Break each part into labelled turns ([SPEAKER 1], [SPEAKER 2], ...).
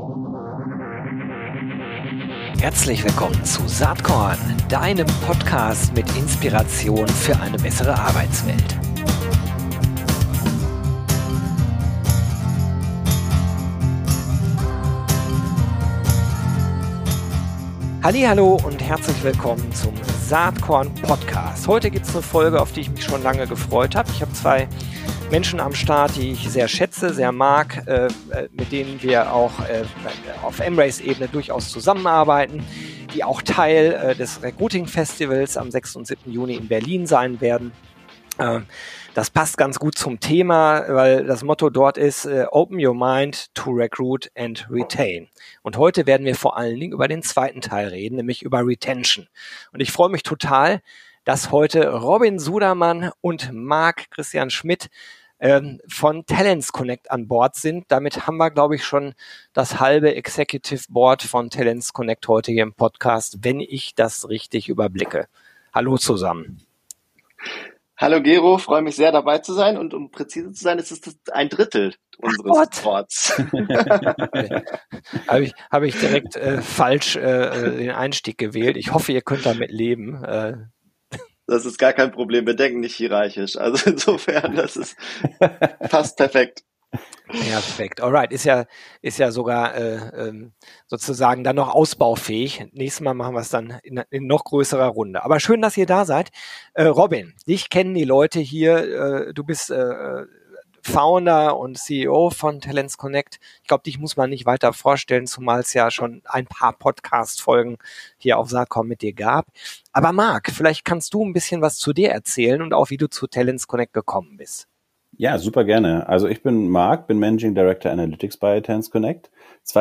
[SPEAKER 1] Herzlich willkommen zu Saatkorn, deinem Podcast mit Inspiration für eine bessere Arbeitswelt. Hallihallo und herzlich willkommen zum Saatkorn Podcast. Heute gibt es eine Folge, auf die ich mich schon lange gefreut habe. Ich habe zwei Menschen am Start, die ich sehr schätze, sehr mag, mit denen wir auch auf M-Race-Ebene durchaus zusammenarbeiten, die auch Teil des Recruiting-Festivals am 6. und 7. Juni in Berlin sein werden. Das passt ganz gut zum Thema, weil das Motto dort ist Open your mind to recruit and retain. Und heute werden wir vor allen Dingen über den zweiten Teil reden, nämlich über Retention. Und ich freue mich total, dass heute Robin Sudermann und Marc Christian Schmidt von Talents Connect an Bord sind. Damit haben wir, glaube ich, schon das halbe Executive Board von Talents Connect heute hier im Podcast, wenn ich das richtig überblicke. Hallo zusammen.
[SPEAKER 2] Hallo Gero, freue mich sehr dabei zu sein und um präzise zu sein, ist es ein Drittel unseres Boards.
[SPEAKER 1] Habe ich direkt falsch den Einstieg gewählt. Ich hoffe, ihr könnt damit leben.
[SPEAKER 2] Das ist gar kein Problem, wir denken nicht hierarchisch. Also insofern, das ist fast perfekt.
[SPEAKER 1] Perfekt, alright, ist ja sogar sozusagen dann noch ausbaufähig. Nächstes Mal machen wir es dann in noch größerer Runde. Aber schön, dass ihr da seid. Robin, dich kennen die Leute hier. Du bist Founder und CEO von Talents Connect. Ich glaube, dich muss man nicht weiter vorstellen, zumal es ja schon ein paar Podcast-Folgen hier auf Saatkorn mit dir gab. Aber Marc, vielleicht kannst du ein bisschen was zu dir erzählen und auch, wie du zu Talents Connect gekommen bist.
[SPEAKER 3] Ja, super gerne. Also ich bin Marc, bin Managing Director Analytics bei Talents Connect,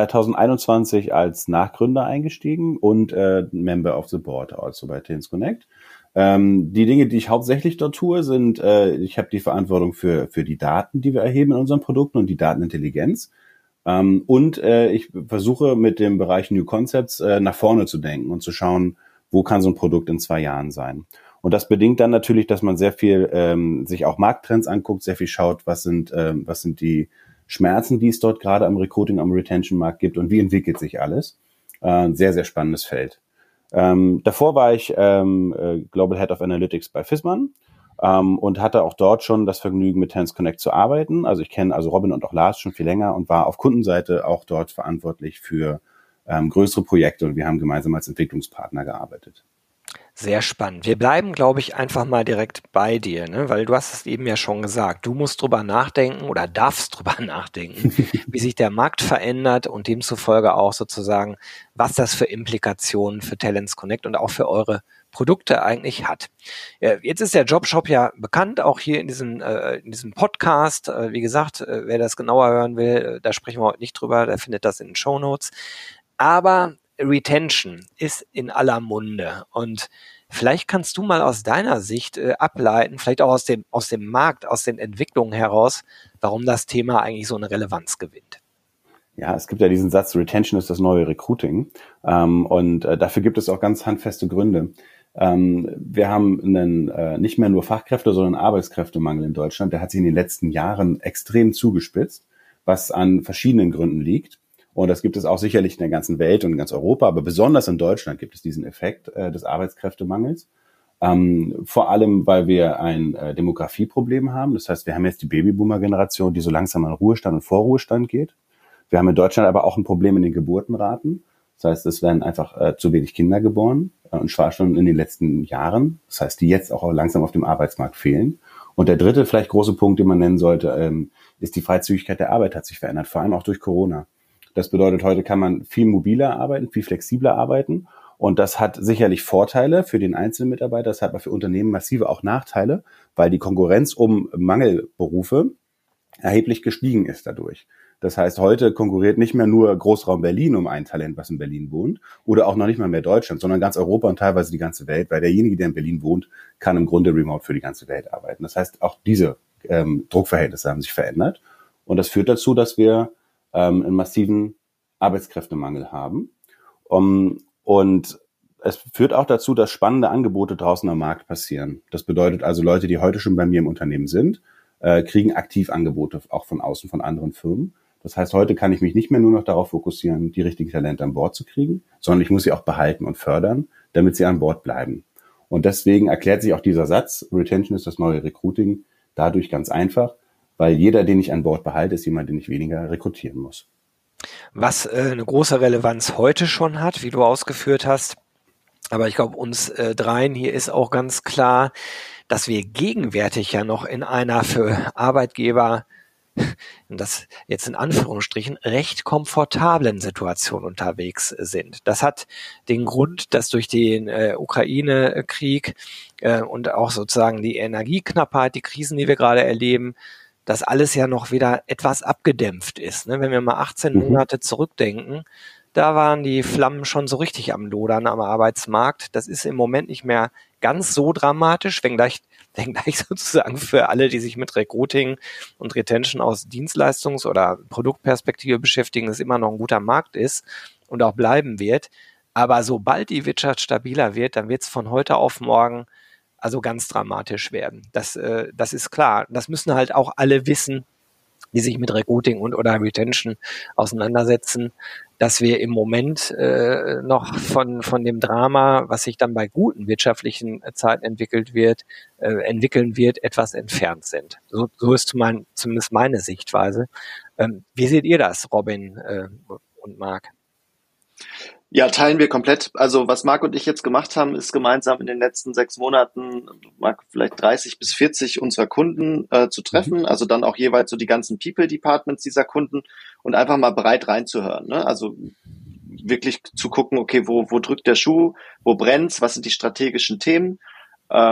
[SPEAKER 3] 2021 als Nachgründer eingestiegen und Member of the Board also bei Talents Connect. Die Dinge, die ich hauptsächlich dort tue, sind, ich habe die Verantwortung für die Daten, die wir erheben in unseren Produkten und die Datenintelligenz. Und ich versuche mit dem Bereich New Concepts nach vorne zu denken und zu schauen, wo kann so ein Produkt in 2 Jahren sein. Und das bedingt dann natürlich, dass man sehr viel sich auch Markttrends anguckt, sehr viel schaut, was sind die Schmerzen, die es dort gerade am Recruiting, am Retention-Markt gibt und wie entwickelt sich alles. Sehr, sehr spannendes Feld. Davor war ich Global Head of Analytics bei Fissmann und hatte auch dort schon das Vergnügen, mit Talents Connect zu arbeiten. Also ich kenne Robin und auch Lars schon viel länger und war auf Kundenseite auch dort verantwortlich für größere Projekte und wir haben gemeinsam als Entwicklungspartner gearbeitet.
[SPEAKER 1] Sehr spannend. Wir bleiben, glaube ich, einfach mal direkt bei dir, ne? Weil du hast es eben ja schon gesagt, du musst drüber nachdenken oder darfst drüber nachdenken, wie sich der Markt verändert und demzufolge auch sozusagen, was das für Implikationen für Talents Connect und auch für eure Produkte eigentlich hat. Jetzt ist der Jobshop ja bekannt, auch hier in diesem Podcast. Wie gesagt, wer das genauer hören will, da sprechen wir heute nicht drüber, der findet das in den Shownotes. Aber Retention ist in aller Munde und vielleicht kannst du mal aus deiner Sicht ableiten, vielleicht auch aus dem Markt, aus den Entwicklungen heraus, warum das Thema eigentlich so eine Relevanz gewinnt.
[SPEAKER 3] Ja, es gibt ja diesen Satz, Retention ist das neue Recruiting und dafür gibt es auch ganz handfeste Gründe. Wir haben einen nicht mehr nur Fachkräfte, sondern Arbeitskräftemangel in Deutschland. Der hat sich in den letzten Jahren extrem zugespitzt, was an verschiedenen Gründen liegt. Und das gibt es auch sicherlich in der ganzen Welt und in ganz Europa, aber besonders in Deutschland gibt es diesen Effekt des Arbeitskräftemangels. Vor allem, weil wir ein Demografieproblem haben. Das heißt, wir haben jetzt die Babyboomer-Generation, die so langsam an Ruhestand und Vorruhestand geht. Wir haben in Deutschland aber auch ein Problem in den Geburtenraten. Das heißt, es werden einfach zu wenig Kinder geboren, und zwar schon in den letzten Jahren. Das heißt, die jetzt auch langsam auf dem Arbeitsmarkt fehlen. Und der dritte, vielleicht große Punkt, den man nennen sollte, ist die Freizügigkeit der Arbeit hat sich verändert, vor allem auch durch Corona. Das bedeutet, heute kann man viel mobiler arbeiten, viel flexibler arbeiten. Und das hat sicherlich Vorteile für den einzelnen Mitarbeiter. Das hat aber für Unternehmen massive auch Nachteile, weil die Konkurrenz um Mangelberufe erheblich gestiegen ist dadurch. Das heißt, heute konkurriert nicht mehr nur Großraum Berlin um ein Talent, was in Berlin wohnt, oder auch noch nicht mal mehr Deutschland, sondern ganz Europa und teilweise die ganze Welt, weil derjenige, der in Berlin wohnt, kann im Grunde remote für die ganze Welt arbeiten. Das heißt, auch diese Druckverhältnisse haben sich verändert. Und das führt dazu, dass wir einen massiven Arbeitskräftemangel haben. Und es führt auch dazu, dass spannende Angebote draußen am Markt passieren. Das bedeutet also, Leute, die heute schon bei mir im Unternehmen sind, kriegen aktiv Angebote auch von außen, von anderen Firmen. Das heißt, heute kann ich mich nicht mehr nur noch darauf fokussieren, die richtigen Talente an Bord zu kriegen, sondern ich muss sie auch behalten und fördern, damit sie an Bord bleiben. Und deswegen erklärt sich auch dieser Satz, Retention ist das neue Recruiting, dadurch ganz einfach, weil jeder, den ich an Bord behalte, ist jemand, den ich weniger rekrutieren muss.
[SPEAKER 1] Was eine große Relevanz heute schon hat, wie du ausgeführt hast, aber ich glaube, uns dreien hier ist auch ganz klar, dass wir gegenwärtig ja noch in einer für Arbeitgeber, das jetzt in Anführungsstrichen, recht komfortablen Situation unterwegs sind. Das hat den Grund, dass durch den Ukraine-Krieg und auch sozusagen die Energieknappheit, die Krisen, die wir gerade erleben, dass alles ja noch wieder etwas abgedämpft ist. Ne? Wenn wir mal 18 Monate zurückdenken, da waren die Flammen schon so richtig am Lodern am Arbeitsmarkt. Das ist im Moment nicht mehr ganz so dramatisch, wenngleich sozusagen für alle, die sich mit Recruiting und Retention aus Dienstleistungs- oder Produktperspektive beschäftigen, es immer noch ein guter Markt ist und auch bleiben wird. Aber sobald die Wirtschaft stabiler wird, dann wird es von heute auf morgen also ganz dramatisch werden. Das ist klar. Das müssen halt auch alle wissen, die sich mit Recruiting und oder Retention auseinandersetzen, dass wir im Moment noch von dem Drama, was sich dann bei guten wirtschaftlichen Zeiten entwickeln wird, etwas entfernt sind. So ist zumindest meine Sichtweise. Wie seht ihr das, Robin und Marc?
[SPEAKER 2] Ja, teilen wir komplett. Also was Marc und ich jetzt gemacht haben, ist gemeinsam in den letzten 6 Monaten, Marc, vielleicht 30 bis 40 unserer Kunden zu treffen, also dann auch jeweils so die ganzen People-Departments dieser Kunden und einfach mal bereit reinzuhören. Ne? Also wirklich zu gucken, okay, wo drückt der Schuh, wo brennt's, was sind die strategischen Themen? Da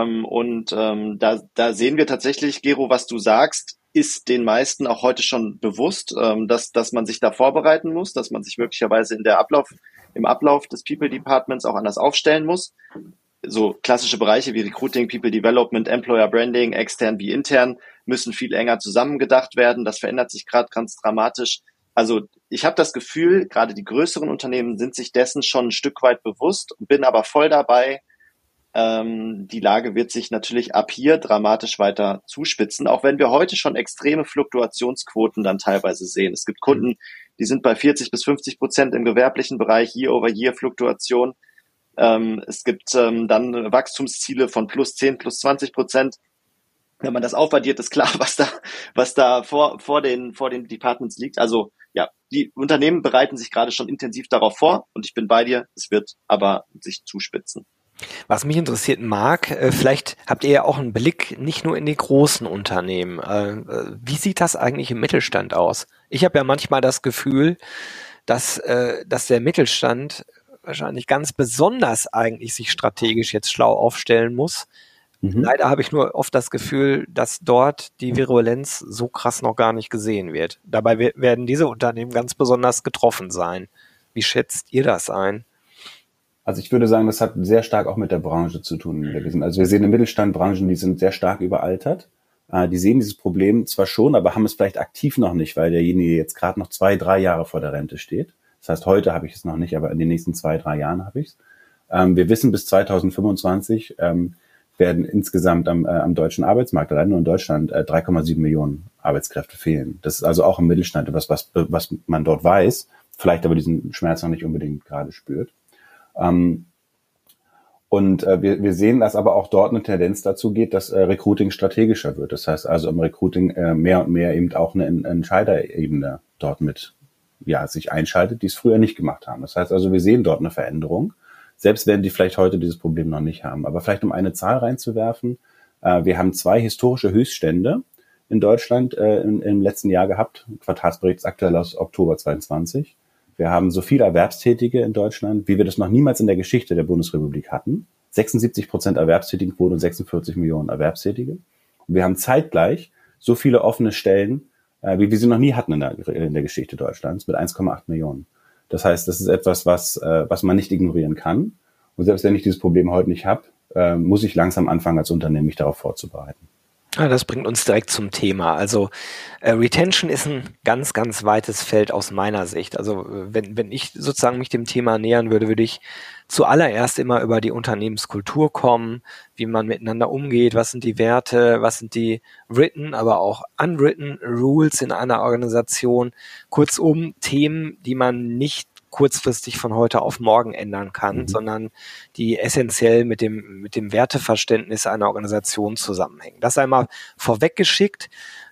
[SPEAKER 2] sehen wir tatsächlich, Gero, was du sagst, ist den meisten auch heute schon bewusst, dass man sich da vorbereiten muss, dass man sich möglicherweise im Ablauf des People Departments auch anders aufstellen muss. So klassische Bereiche wie Recruiting, People Development, Employer Branding, extern wie intern, müssen viel enger zusammengedacht werden. Das verändert sich gerade ganz dramatisch. Also ich habe das Gefühl, gerade die größeren Unternehmen sind sich dessen schon ein Stück weit bewusst, bin aber voll dabei. Die Lage wird sich natürlich ab hier dramatisch weiter zuspitzen, auch wenn wir heute schon extreme Fluktuationsquoten dann teilweise sehen. Es gibt Kunden, die sind bei 40 bis 50% im gewerblichen Bereich, Year-over-Year-Fluktuation. Es gibt dann Wachstumsziele von plus 10, plus 20%. Wenn man das aufaddiert, ist klar, was da vor den Departments liegt. Also ja, die Unternehmen bereiten sich gerade schon intensiv darauf vor und ich bin bei dir, es wird aber sich zuspitzen.
[SPEAKER 1] Was mich interessiert, Marc, vielleicht habt ihr ja auch einen Blick nicht nur in die großen Unternehmen. Wie sieht das eigentlich im Mittelstand aus? Ich habe ja manchmal das Gefühl, dass der Mittelstand wahrscheinlich ganz besonders eigentlich sich strategisch jetzt schlau aufstellen muss. Leider habe ich nur oft das Gefühl, dass dort die Virulenz so krass noch gar nicht gesehen wird. Dabei werden diese Unternehmen ganz besonders getroffen sein. Wie schätzt ihr das ein?
[SPEAKER 3] Also ich würde sagen, das hat sehr stark auch mit der Branche zu tun. Also wir sehen im Mittelstand Branchen, die sind sehr stark überaltert. Die sehen dieses Problem zwar schon, aber haben es vielleicht aktiv noch nicht, weil derjenige jetzt gerade noch 2-3 Jahre vor der Rente steht. Das heißt, heute habe ich es noch nicht, aber in den nächsten 2-3 Jahren habe ich es. Wir wissen, bis 2025 werden insgesamt am deutschen Arbeitsmarkt, allein nur in Deutschland, 3,7 Millionen Arbeitskräfte fehlen. Das ist also auch im Mittelstand etwas, was man dort weiß, vielleicht aber diesen Schmerz noch nicht unbedingt gerade spürt. Wir sehen, dass aber auch dort eine Tendenz dazu geht, dass Recruiting strategischer wird. Das heißt also im Recruiting mehr und mehr eben auch eine Entscheiderebene dort mit sich einschaltet, die es früher nicht gemacht haben. Das heißt also, wir sehen dort eine Veränderung, selbst wenn die vielleicht heute dieses Problem noch nicht haben. Aber vielleicht um eine Zahl reinzuwerfen, wir haben 2 historische Höchststände in Deutschland im letzten Jahr gehabt. Quartalsbericht aktuell aus Oktober 22. Wir haben so viele Erwerbstätige in Deutschland, wie wir das noch niemals in der Geschichte der Bundesrepublik hatten. 76% Erwerbstätigenquote und 46 Millionen Erwerbstätige. Und wir haben zeitgleich so viele offene Stellen, wie wir sie noch nie hatten in der Geschichte Deutschlands, mit 1,8 Millionen. Das heißt, das ist etwas, was man nicht ignorieren kann. Und selbst wenn ich dieses Problem heute nicht habe, muss ich langsam anfangen, als Unternehmen mich darauf vorzubereiten.
[SPEAKER 1] Ja, das bringt uns direkt zum Thema. Also Retention ist ein ganz, ganz weites Feld aus meiner Sicht. Also wenn ich sozusagen mich dem Thema nähern würde, würde ich zuallererst immer über die Unternehmenskultur kommen, wie man miteinander umgeht, was sind die Werte, was sind die written, aber auch unwritten Rules in einer Organisation. Kurzum, Themen, die man nicht kurzfristig von heute auf morgen ändern kann, sondern die essentiell mit dem Werteverständnis einer Organisation zusammenhängen. Das einmal vorweggeschickt.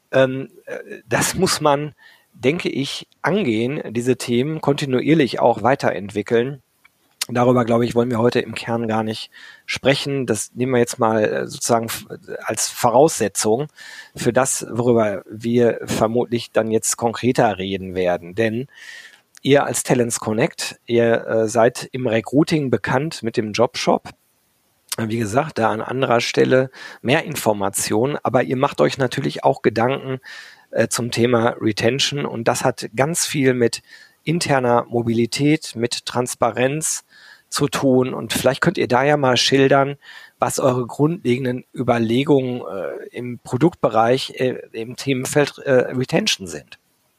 [SPEAKER 1] Das muss man, denke ich, angehen, diese Themen kontinuierlich auch weiterentwickeln. Darüber, glaube ich, wollen wir heute im Kern gar nicht sprechen. Das nehmen wir jetzt mal sozusagen als Voraussetzung für das, worüber wir vermutlich dann jetzt konkreter reden werden. Denn ihr als Talents Connect, ihr seid im Recruiting bekannt mit dem Jobshop. Wie gesagt, da an anderer Stelle mehr Informationen, aber ihr macht euch natürlich auch Gedanken zum Thema Retention und das hat ganz viel mit interner Mobilität, mit Transparenz zu tun und vielleicht könnt ihr da ja mal schildern, was eure grundlegenden Überlegungen im Produktbereich im Themenfeld Retention sind.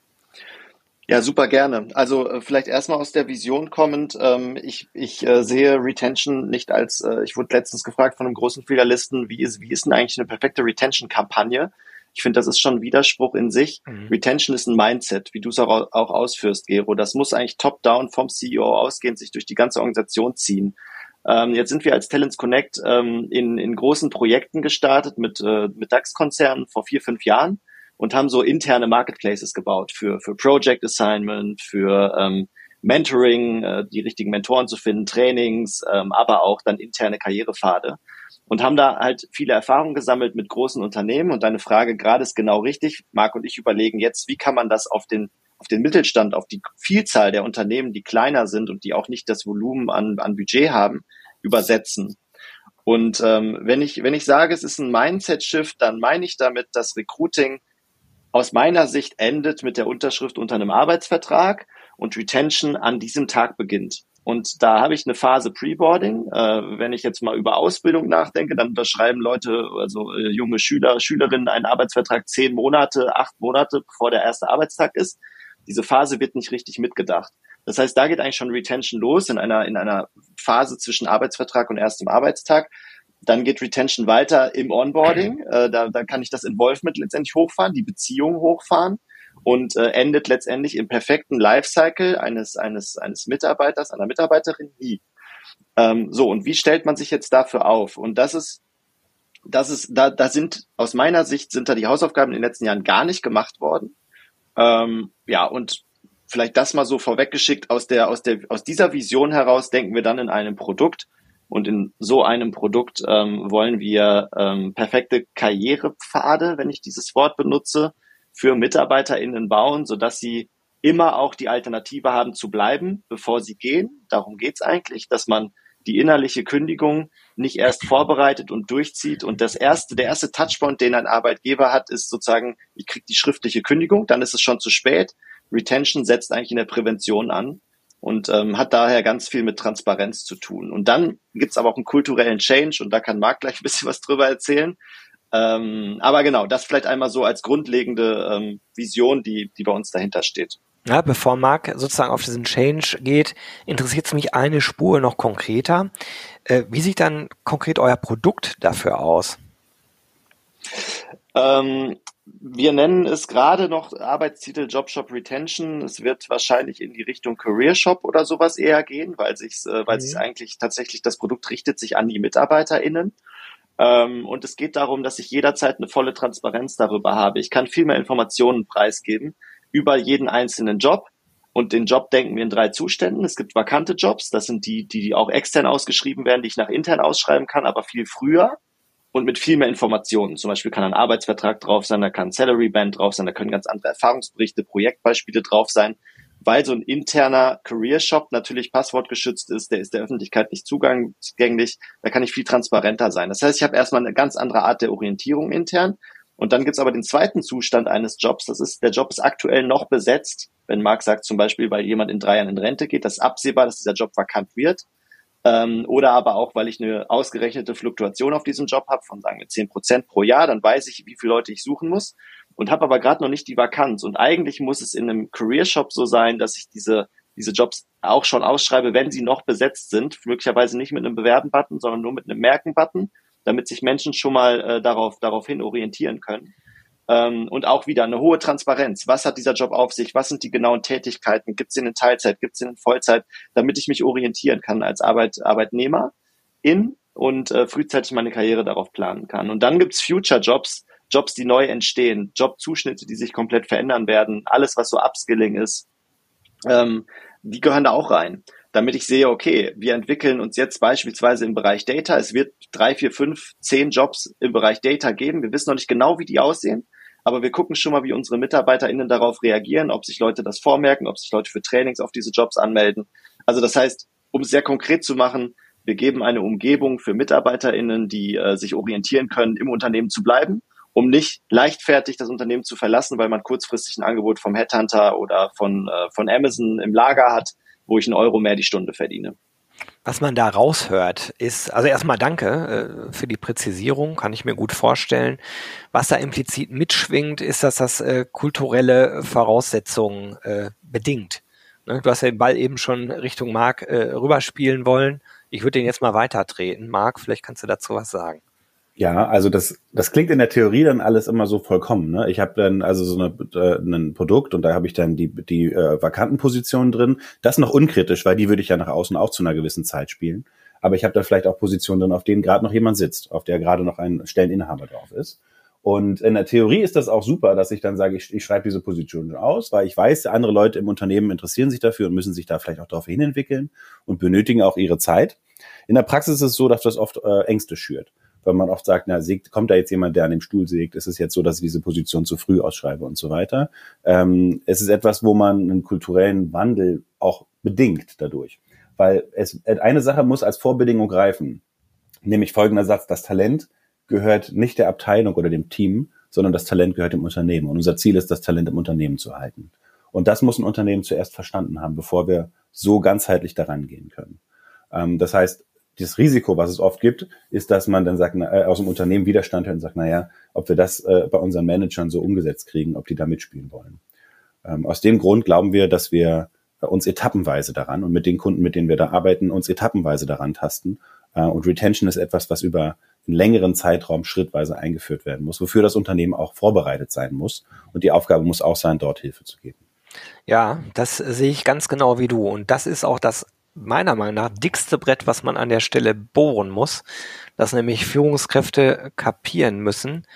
[SPEAKER 2] Ja, super gerne. Also vielleicht erstmal aus der Vision kommend. Ich sehe Retention nicht als, ich wurde letztens gefragt von einem großen Filialisten, wie ist denn eigentlich eine perfekte Retention-Kampagne? Ich finde, das ist schon ein Widerspruch in sich. Retention ist ein Mindset, wie du es auch ausführst, Gero. Das muss eigentlich top-down vom CEO ausgehend sich durch die ganze Organisation ziehen. Jetzt sind wir als Talents Connect in großen Projekten gestartet mit DAX-Konzernen vor 4-5 Jahren. Und haben so interne Marketplaces gebaut für Project Assignment, für Mentoring, die richtigen Mentoren zu finden, Trainings, aber auch dann interne Karrierepfade. Und haben da halt viele Erfahrungen gesammelt mit großen Unternehmen. Und deine Frage gerade ist genau richtig. Marc und ich überlegen jetzt, wie kann man das auf den Mittelstand, auf die Vielzahl der Unternehmen, die kleiner sind und die auch nicht das Volumen an Budget haben, übersetzen. Und wenn ich sage, es ist ein Mindset-Shift, dann meine ich damit, dass Recruiting aus meiner Sicht endet mit der Unterschrift unter einem Arbeitsvertrag und Retention an diesem Tag beginnt. Und da habe ich eine Phase Preboarding. Wenn ich jetzt mal über Ausbildung nachdenke, dann unterschreiben Leute, also junge Schüler, Schülerinnen einen Arbeitsvertrag 10 Monate, 8 Monate, bevor der erste Arbeitstag ist. Diese Phase wird nicht richtig mitgedacht. Das heißt, da geht eigentlich schon Retention los in einer Phase zwischen Arbeitsvertrag und erstem Arbeitstag. Dann geht Retention weiter im Onboarding. Da kann ich das Involvement letztendlich hochfahren, die Beziehung hochfahren und endet letztendlich im perfekten Lifecycle eines Mitarbeiters, einer Mitarbeiterin nie. So, und wie stellt man sich jetzt dafür auf? Und da sind aus meiner Sicht sind da die Hausaufgaben in den letzten Jahren gar nicht gemacht worden. Und vielleicht das mal so vorweggeschickt, aus dieser Vision heraus denken wir dann in einem Produkt. Und in so einem Produkt wollen wir perfekte Karrierepfade, wenn ich dieses Wort benutze, für MitarbeiterInnen bauen, sodass sie immer auch die Alternative haben zu bleiben, bevor sie gehen. Darum geht's eigentlich, dass man die innerliche Kündigung nicht erst vorbereitet und durchzieht. Und der erste Touchpoint, den ein Arbeitgeber hat, ist sozusagen, ich kriege die schriftliche Kündigung, dann ist es schon zu spät. Retention setzt eigentlich in der Prävention an. Und hat daher ganz viel mit Transparenz zu tun. Und dann gibt's aber auch einen kulturellen Change und da kann Marc gleich ein bisschen was drüber erzählen. Aber genau, das vielleicht einmal so als grundlegende Vision, die bei uns dahinter steht.
[SPEAKER 1] Ja, bevor Marc sozusagen auf diesen Change geht, interessiert es mich eine Spur noch konkreter. Wie sieht dann konkret euer Produkt dafür aus?
[SPEAKER 2] Wir nennen es gerade noch Arbeitstitel Jobshop Retention. Es wird wahrscheinlich in die Richtung Career Shop oder sowas eher gehen, weil sich eigentlich tatsächlich, das Produkt richtet sich an die MitarbeiterInnen. Und es geht darum, dass ich jederzeit eine volle Transparenz darüber habe. Ich kann viel mehr Informationen preisgeben über jeden einzelnen Job. Und den Job denken wir in 3 Zuständen. Es gibt vakante Jobs, das sind die auch extern ausgeschrieben werden, die ich nach intern ausschreiben kann, aber viel früher. Und mit viel mehr Informationen. Zum Beispiel kann ein Arbeitsvertrag drauf sein, da kann ein Salary Band drauf sein, da können ganz andere Erfahrungsberichte, Projektbeispiele drauf sein, weil so ein interner Career Shop natürlich passwortgeschützt ist, der ist der Öffentlichkeit nicht zugänglich, da kann ich viel transparenter sein. Das heißt, ich habe erstmal eine ganz andere Art der Orientierung intern und dann gibt's aber den zweiten Zustand eines Jobs, der Job ist aktuell noch besetzt, wenn Marc sagt zum Beispiel, weil jemand in 3 Jahren in Rente geht, das ist absehbar, dass dieser Job vakant wird. Oder aber auch, weil ich eine ausgerechnete Fluktuation auf diesem Job habe von, sagen wir, 10% pro Jahr, dann weiß ich, wie viele Leute ich suchen muss und habe aber gerade noch nicht die Vakanz. Und eigentlich muss es in einem Career-Shop so sein, dass ich diese Jobs auch schon ausschreibe, wenn sie noch besetzt sind, möglicherweise nicht mit einem Bewerben-Button, sondern nur mit einem Merken-Button, damit sich Menschen schon mal daraufhin orientieren können. Und auch wieder eine hohe Transparenz. Was hat dieser Job auf sich? Was sind die genauen Tätigkeiten? Gibt es ihn in Teilzeit? Gibt es ihn in Vollzeit? Damit ich mich orientieren kann als Arbeitnehmer und frühzeitig meine Karriere darauf planen kann. Und dann gibt's Future-Jobs, Jobs, die neu entstehen, Jobzuschnitte, die sich komplett verändern werden. Alles, was so Upskilling ist, die gehören da auch rein. Damit ich sehe, okay, wir entwickeln uns jetzt beispielsweise im Bereich Data. Es wird 3, 4, 5, 10 Jobs im Bereich Data geben. Wir wissen noch nicht genau, wie die aussehen. Aber wir gucken schon mal, wie unsere MitarbeiterInnen darauf reagieren, ob sich Leute das vormerken, ob sich Leute für Trainings auf diese Jobs anmelden. Also das heißt, um es sehr konkret zu machen, wir geben eine Umgebung für MitarbeiterInnen, die sich orientieren können, im Unternehmen zu bleiben, um nicht leichtfertig das Unternehmen zu verlassen, weil man kurzfristig ein Angebot vom Headhunter oder von Amazon im Lager hat, wo ich €1 mehr die Stunde verdiene.
[SPEAKER 1] Was man da raushört, ist, also erstmal danke für die Präzisierung, kann ich mir gut vorstellen. Was da implizit mitschwingt, ist, dass das kulturelle Voraussetzungen bedingt. Ne? Du hast ja den Ball eben schon Richtung Marc rüberspielen wollen. Ich würde den jetzt mal weitertreten. Marc, vielleicht kannst du dazu was sagen.
[SPEAKER 3] Ja, also das klingt in der Theorie dann alles immer so vollkommen. Ne? Ich habe dann also so ein Produkt und da habe ich dann die vakanten Positionen drin. Das noch unkritisch, weil die würde ich ja nach außen auch zu einer gewissen Zeit spielen. Aber ich habe da vielleicht auch Positionen drin, auf denen gerade noch jemand sitzt, auf der gerade noch ein Stelleninhaber drauf ist. Und in der Theorie ist das auch super, dass ich dann sage, ich schreibe diese Position aus, weil ich weiß, andere Leute im Unternehmen interessieren sich dafür und müssen sich da vielleicht auch darauf hinentwickeln und benötigen auch ihre Zeit. In der Praxis ist es so, dass das oft Ängste schürt. Weil man oft sagt, kommt da jetzt jemand, der an dem Stuhl sägt, ist es jetzt so, dass ich diese Position zu früh ausschreibe und so weiter. Es ist etwas, wo man einen kulturellen Wandel auch bedingt dadurch. Weil eine Sache muss als Vorbedingung greifen, nämlich folgender Satz: Das Talent gehört nicht der Abteilung oder dem Team, sondern das Talent gehört dem Unternehmen. Und unser Ziel ist, das Talent im Unternehmen zu halten. Und das muss ein Unternehmen zuerst verstanden haben, bevor wir so ganzheitlich daran gehen können. Das heißt, das Risiko, was es oft gibt, ist, dass man dann sagt, aus dem Unternehmen Widerstand hört und sagt, ob wir das bei unseren Managern so umgesetzt kriegen, ob die da mitspielen wollen. Aus dem Grund glauben wir, dass wir uns etappenweise daran und mit den Kunden, mit denen wir da arbeiten, uns etappenweise daran tasten. Und Retention ist etwas, was über einen längeren Zeitraum schrittweise eingeführt werden muss, wofür das Unternehmen auch vorbereitet sein muss. Und die Aufgabe muss auch sein, dort Hilfe zu geben.
[SPEAKER 1] Ja, das sehe ich ganz genau wie du. Und das ist auch das meiner Meinung nach dickste Brett, was man an der Stelle bohren muss, dass nämlich Führungskräfte kapieren müssen,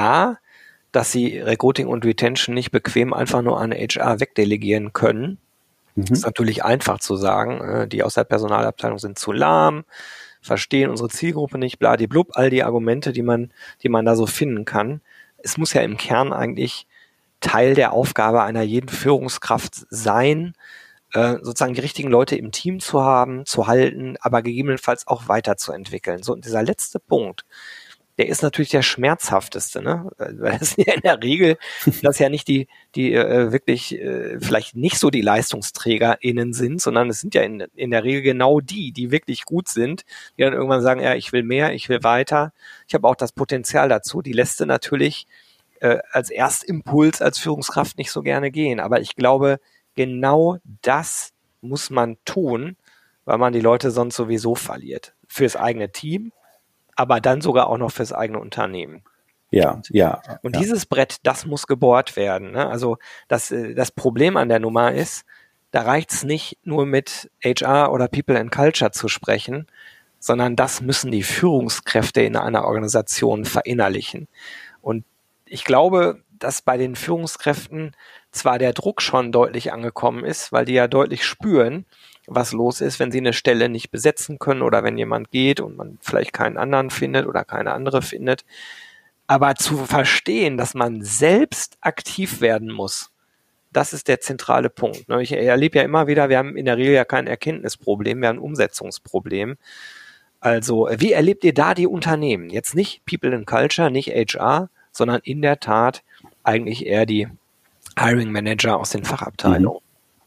[SPEAKER 1] dass sie Recruiting und Retention nicht bequem einfach nur an HR wegdelegieren können. Das ist natürlich einfach zu sagen, die aus der Personalabteilung sind zu lahm, verstehen unsere Zielgruppe nicht, bladiblub, all die Argumente, die man da so finden kann. Es muss ja im Kern eigentlich Teil der Aufgabe einer jeden Führungskraft sein, sozusagen die richtigen Leute im Team zu haben, zu halten, aber gegebenenfalls auch weiterzuentwickeln. So, und dieser letzte Punkt, der ist natürlich der schmerzhafteste, ne? Weil das ja in der Regel, das ja nicht die wirklich vielleicht nicht so die LeistungsträgerInnen sind, sondern es sind ja in der Regel genau die wirklich gut sind, die dann irgendwann sagen, ja, ich will mehr, ich will weiter, ich habe auch das Potenzial dazu. Die lässt du natürlich als Erstimpuls als Führungskraft nicht so gerne gehen. Aber ich glaube, genau das muss man tun, weil man die Leute sonst sowieso verliert. Fürs eigene Team, aber dann sogar auch noch fürs eigene Unternehmen.
[SPEAKER 3] Ja.
[SPEAKER 1] Und dieses Brett, das muss gebohrt werden. Ne? Also das Problem an der Nummer ist, da reicht es nicht nur mit HR oder People and Culture zu sprechen, sondern das müssen die Führungskräfte in einer Organisation verinnerlichen. Und ich glaube, dass bei den Führungskräften zwar der Druck schon deutlich angekommen ist, weil die ja deutlich spüren, was los ist, wenn sie eine Stelle nicht besetzen können oder wenn jemand geht und man vielleicht keinen anderen findet oder keine andere findet. Aber zu verstehen, dass man selbst aktiv werden muss, das ist der zentrale Punkt. Ich erlebe ja immer wieder, wir haben in der Regel ja kein Erkenntnisproblem, wir haben ein Umsetzungsproblem. Also, wie erlebt ihr da die Unternehmen? Jetzt nicht People and Culture, nicht HR, sondern in der Tat eigentlich eher die Hiring Manager aus den Fachabteilungen.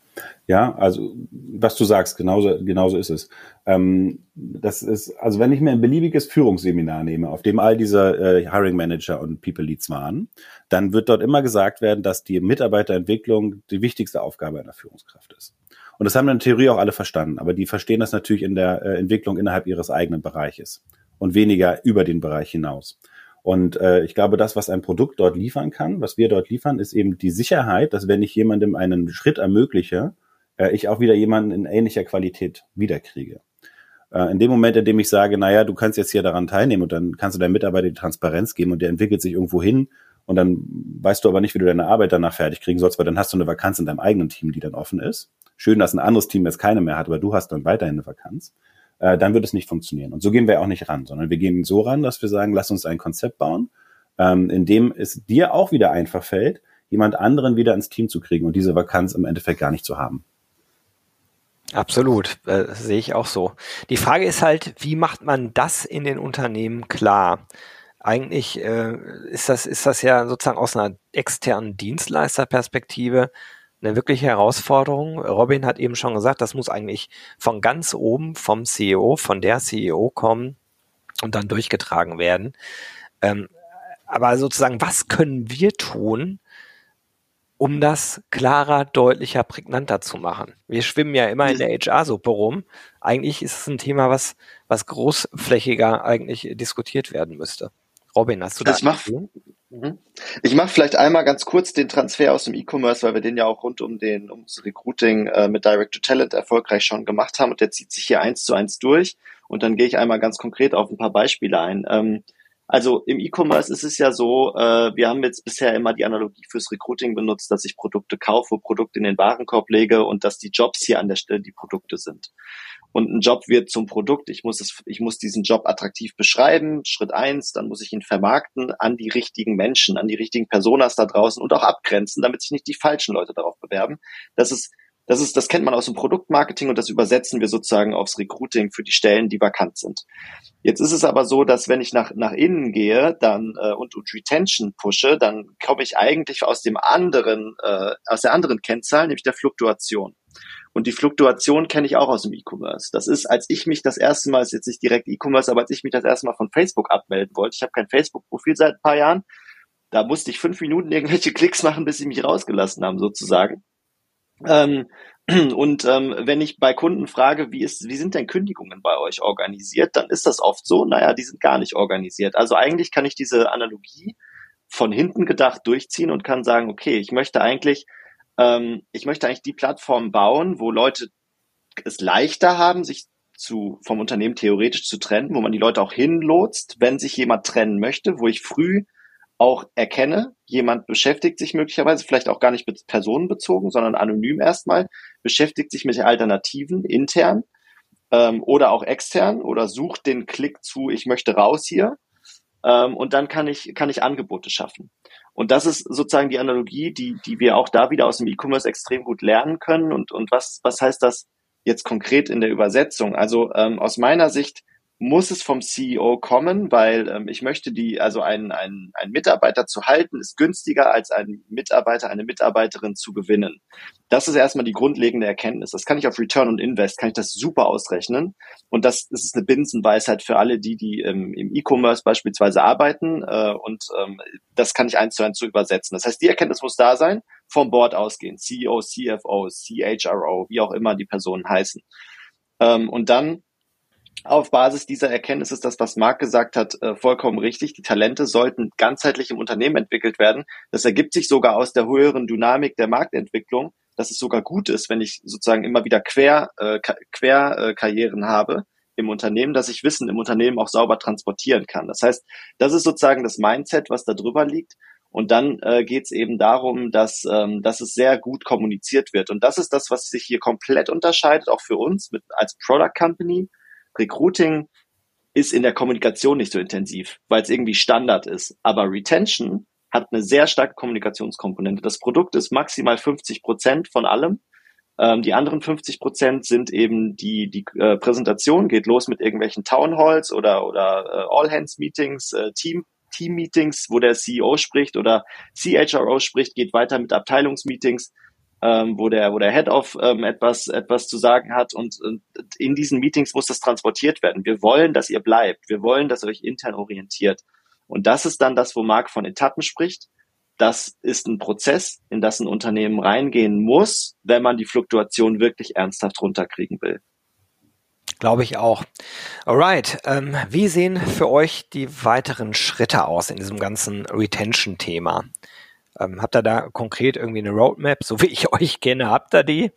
[SPEAKER 3] Ja, also was du sagst, genauso ist es. Das ist, also wenn ich mir ein beliebiges Führungsseminar nehme, auf dem all diese Hiring Manager und People Leads waren, dann wird dort immer gesagt werden, dass die Mitarbeiterentwicklung die wichtigste Aufgabe einer Führungskraft ist. Und das haben in der Theorie auch alle verstanden, aber die verstehen das natürlich in der Entwicklung innerhalb ihres eigenen Bereiches und weniger über den Bereich hinaus. Und ich glaube, das, was ein Produkt dort liefern kann, was wir dort liefern, ist eben die Sicherheit, dass wenn ich jemandem einen Schritt ermögliche, ich auch wieder jemanden in ähnlicher Qualität wiederkriege. In dem Moment, in dem ich sage, naja, du kannst jetzt hier daran teilnehmen und dann kannst du deinem Mitarbeiter die Transparenz geben und der entwickelt sich irgendwo hin und dann weißt du aber nicht, wie du deine Arbeit danach fertig kriegen sollst, weil dann hast du eine Vakanz in deinem eigenen Team, die dann offen ist. Schön, dass ein anderes Team jetzt keine mehr hat, aber du hast dann weiterhin eine Vakanz. Dann wird es nicht funktionieren. Und so gehen wir auch nicht ran, sondern wir gehen so ran, dass wir sagen, lass uns ein Konzept bauen, in dem es dir auch wieder einfach fällt, jemand anderen wieder ins Team zu kriegen und diese Vakanz im Endeffekt gar nicht zu haben.
[SPEAKER 1] Absolut, sehe ich auch so. Die Frage ist halt, wie macht man das in den Unternehmen klar? Eigentlich ist das ja sozusagen aus einer externen Dienstleisterperspektive eine wirkliche Herausforderung. Robin hat eben schon gesagt, das muss eigentlich von ganz oben, vom CEO, von der CEO kommen und dann durchgetragen werden. Aber sozusagen, was können wir tun, um das klarer, deutlicher, prägnanter zu machen? Wir schwimmen ja immer in der HR-Suppe rum. Eigentlich ist es ein Thema, was großflächiger eigentlich diskutiert werden müsste. Robin, hast du da?
[SPEAKER 2] Ich mache vielleicht einmal ganz kurz den Transfer aus dem E-Commerce, weil wir den ja auch rund ums Recruiting mit Direct to Talent erfolgreich schon gemacht haben und der zieht sich hier 1:1 durch und dann gehe ich einmal ganz konkret auf ein paar Beispiele ein. Also im E-Commerce ist es ja so, wir haben jetzt bisher immer die Analogie fürs Recruiting benutzt, dass ich Produkte kaufe, Produkte in den Warenkorb lege und dass die Jobs hier an der Stelle die Produkte sind. Und ein Job wird zum Produkt. Ich muss diesen Job attraktiv beschreiben. Schritt 1, dann muss ich ihn vermarkten an die richtigen Menschen, an die richtigen Personas da draußen und auch abgrenzen, damit sich nicht die falschen Leute darauf bewerben. Das kennt man aus dem Produktmarketing und das übersetzen wir sozusagen aufs Recruiting für die Stellen, die vakant sind. Jetzt ist es aber so, dass wenn ich nach innen gehe, dann und Retention pushe, dann komme ich eigentlich aus der anderen Kennzahl, nämlich der Fluktuation. Und die Fluktuation kenne ich auch aus dem E-Commerce. Das ist, als ich mich das erste Mal, ist jetzt nicht direkt E-Commerce, aber als ich mich das erste Mal von Facebook abmelden wollte, ich habe kein Facebook-Profil seit ein paar Jahren, da musste ich 5 Minuten irgendwelche Klicks machen, bis sie mich rausgelassen haben, sozusagen. Wenn ich bei Kunden frage, wie sind denn Kündigungen bei euch organisiert, dann ist das oft so, naja, die sind gar nicht organisiert. Also eigentlich kann ich diese Analogie von hinten gedacht durchziehen und kann sagen, okay, ich möchte eigentlich die Plattform bauen, wo Leute es leichter haben, sich vom Unternehmen theoretisch zu trennen, wo man die Leute auch hinlotst, wenn sich jemand trennen möchte, wo ich früh auch erkenne, jemand beschäftigt sich möglicherweise, vielleicht auch gar nicht personenbezogen, sondern anonym erstmal, beschäftigt sich mit den Alternativen intern oder auch extern oder sucht den Klick zu, ich möchte raus hier. Und dann kann ich Angebote schaffen. Und das ist sozusagen die Analogie, die wir auch da wieder aus dem E-Commerce extrem gut lernen können. Und was heißt das jetzt konkret in der Übersetzung? Also aus meiner Sicht muss es vom CEO kommen, weil ich möchte einen Mitarbeiter zu halten, ist günstiger als einen Mitarbeiter, eine Mitarbeiterin zu gewinnen. Das ist erstmal die grundlegende Erkenntnis. Das kann ich auf Return on Invest, kann ich das super ausrechnen. Und das ist eine Binsenweisheit für alle, die im E-Commerce beispielsweise arbeiten. Das kann ich 1:1 so übersetzen. Das heißt, die Erkenntnis muss da sein, vom Board ausgehend. CEO, CFO, CHRO, wie auch immer die Personen heißen. Und dann auf Basis dieser Erkenntnis ist das, was Marc gesagt hat, vollkommen richtig. Die Talente sollten ganzheitlich im Unternehmen entwickelt werden. Das ergibt sich sogar aus der höheren Dynamik der Marktentwicklung, dass es sogar gut ist, wenn ich sozusagen immer wieder Querkarrieren habe im Unternehmen, dass ich Wissen im Unternehmen auch sauber transportieren kann. Das heißt, das ist sozusagen das Mindset, was da drüber liegt. Und dann geht es eben darum, dass es sehr gut kommuniziert wird. Und das ist das, was sich hier komplett unterscheidet, auch für uns als Product Company. Recruiting ist in der Kommunikation nicht so intensiv, weil es irgendwie Standard ist. Aber Retention hat eine sehr starke Kommunikationskomponente. Das Produkt ist maximal 50% von allem. Die anderen 50% sind eben die Präsentation, geht los mit irgendwelchen Townhalls oder All-Hands-Meetings, Team-Meetings, wo der CEO spricht oder CHRO spricht, geht weiter mit Abteilungsmeetings. wo der Head of etwas zu sagen hat und in diesen Meetings muss das transportiert werden. Wir wollen, dass ihr bleibt. Wir wollen, dass ihr euch intern orientiert. Und das ist dann das, wo Marc von Etappen spricht. Das ist ein Prozess, in das ein Unternehmen reingehen muss, wenn man die Fluktuation wirklich ernsthaft runterkriegen will.
[SPEAKER 1] Glaube ich auch. Alright, wie sehen für euch die weiteren Schritte aus in diesem ganzen Retention-Thema? Habt ihr da konkret irgendwie eine Roadmap, so wie ich euch kenne, habt ihr die?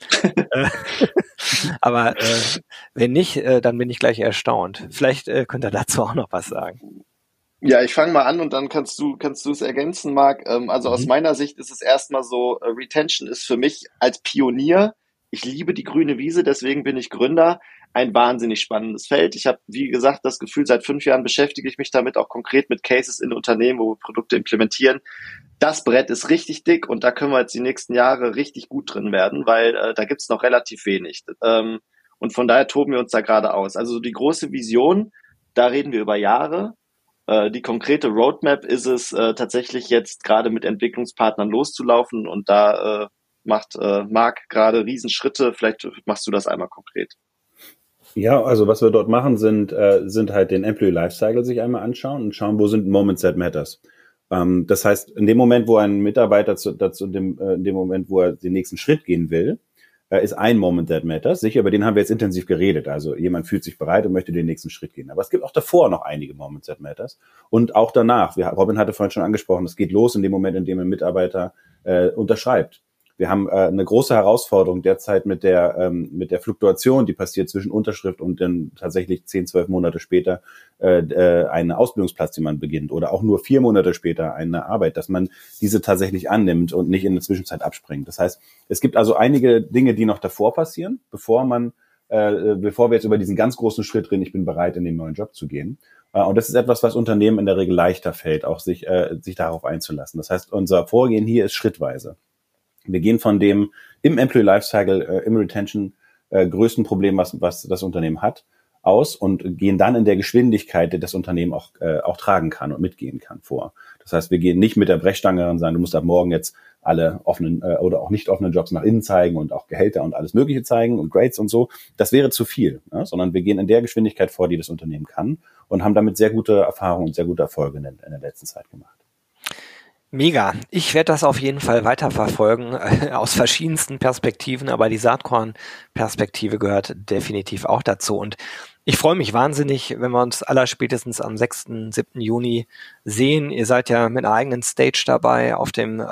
[SPEAKER 1] Aber wenn nicht, dann bin ich gleich erstaunt. Vielleicht könnt ihr dazu auch noch was sagen.
[SPEAKER 2] Ja, ich fange mal an und dann kannst du es ergänzen, Marc. Also aus meiner Sicht ist es erstmal so, Retention ist für mich als Pionier, ich liebe die grüne Wiese, deswegen bin ich Gründer, ein wahnsinnig spannendes Feld. Ich habe, wie gesagt, das Gefühl, seit 5 Jahren beschäftige ich mich damit auch konkret mit Cases in Unternehmen, wo wir Produkte implementieren. Das Brett ist richtig dick und da können wir jetzt die nächsten Jahre richtig gut drin werden, weil da gibt's noch relativ wenig. Und von daher toben wir uns da gerade aus. Also die große Vision, da reden wir über Jahre. Die konkrete Roadmap ist es tatsächlich jetzt gerade mit Entwicklungspartnern loszulaufen und da macht Marc gerade Riesenschritte. Vielleicht machst du das einmal konkret.
[SPEAKER 3] Ja, also was wir dort machen, sind halt den Employee Lifecycle sich einmal anschauen und schauen, wo sind Moments that matters. Das heißt, in dem Moment, wo ein Mitarbeiter in dem Moment, wo er den nächsten Schritt gehen will, ist ein Moment that matters. Sicher, über den haben wir jetzt intensiv geredet. Also jemand fühlt sich bereit und möchte den nächsten Schritt gehen. Aber es gibt auch davor noch einige Moments that matters. Und auch danach. Robin hatte vorhin schon angesprochen, es geht los in dem Moment, in dem ein Mitarbeiter unterschreibt. Wir haben eine große Herausforderung derzeit mit der Fluktuation, die passiert zwischen Unterschrift und dann tatsächlich 10, 12 Monate später einen Ausbildungsplatz, den man beginnt, oder auch nur 4 Monate später eine Arbeit, dass man diese tatsächlich annimmt und nicht in der Zwischenzeit abspringt. Das heißt, es gibt also einige Dinge, die noch davor passieren, bevor wir jetzt über diesen ganz großen Schritt reden, ich bin bereit, in den neuen Job zu gehen. Und das ist etwas, was Unternehmen in der Regel leichter fällt, auch sich darauf einzulassen. Das heißt, unser Vorgehen hier ist schrittweise. Wir gehen von dem im Employee Lifecycle, im Retention größten Problem, was das Unternehmen hat, aus und gehen dann in der Geschwindigkeit, die das Unternehmen auch tragen kann und mitgehen kann, vor. Das heißt, wir gehen nicht mit der Brechstange und sagen, du musst ab morgen jetzt alle offenen oder auch nicht offenen Jobs nach innen zeigen und auch Gehälter und alles Mögliche zeigen und Grades und so. Das wäre zu viel, ja? Sondern wir gehen in der Geschwindigkeit vor, die das Unternehmen kann und haben damit sehr gute Erfahrungen und sehr gute Erfolge in der letzten Zeit gemacht.
[SPEAKER 1] Mega. Ich werde das auf jeden Fall weiterverfolgen, aus verschiedensten Perspektiven, aber die Saatkorn-Perspektive gehört definitiv auch dazu. Und ich freue mich wahnsinnig, wenn wir uns allerspätestens am 6., 7. Juni sehen. Ihr seid ja mit einer eigenen Stage dabei auf dem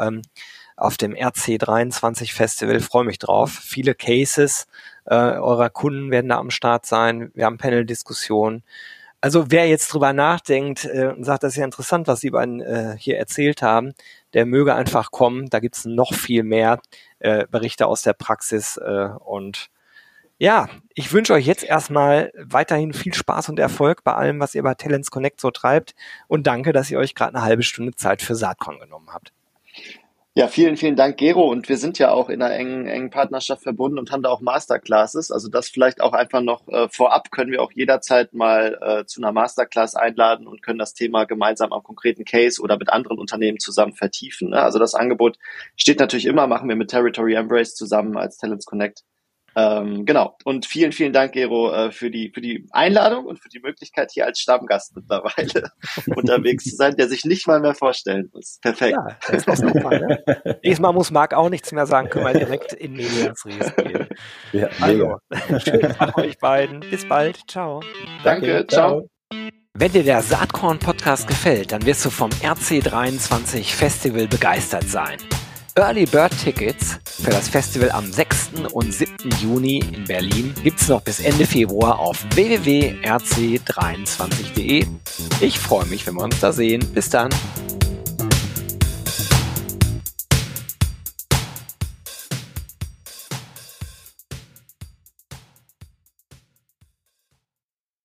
[SPEAKER 1] RC23 Festival. Ich freue mich drauf. Viele Cases eurer Kunden werden da am Start sein. Wir haben Panel-Diskussionen. Also wer jetzt drüber nachdenkt und sagt, das ist ja interessant, was Sie beiden hier erzählt haben, der möge einfach kommen. Da gibt's noch viel mehr Berichte aus der Praxis. Und ja, ich wünsche euch jetzt erstmal weiterhin viel Spaß und Erfolg bei allem, was ihr bei Talents Connect so treibt. Und danke, dass ihr euch gerade eine halbe Stunde Zeit für Saatkorn genommen habt.
[SPEAKER 2] Ja, vielen, vielen Dank, Gero. Und wir sind ja auch in einer engen Partnerschaft verbunden und haben da auch Masterclasses. Also das vielleicht auch einfach noch vorab, können wir auch jederzeit mal zu einer Masterclass einladen und können das Thema gemeinsam am konkreten Case oder mit anderen Unternehmen zusammen vertiefen. Ne? Also das Angebot steht natürlich immer, machen wir mit Territory Embrace zusammen als Talents Connect. Genau. Und vielen, vielen Dank, Gero, für die Einladung und für die Möglichkeit, hier als Stammgast mittlerweile unterwegs zu sein, der sich nicht mal mehr vorstellen muss. Perfekt.
[SPEAKER 1] Ja, das ist super, ne? Diesmal muss Marc auch nichts mehr sagen, können wir direkt in Medias Res gehen. Ja, also, schönen Tag euch beiden. Bis bald. Ciao.
[SPEAKER 2] Danke. Ciao.
[SPEAKER 1] Wenn dir der Saatkorn-Podcast gefällt, dann wirst du vom RC23 Festival begeistert sein. Early Bird Tickets für das Festival am 6. und 7. Juni in Berlin gibt's noch bis Ende Februar auf www.rc23.de. Ich freue mich, wenn wir uns da sehen. Bis dann.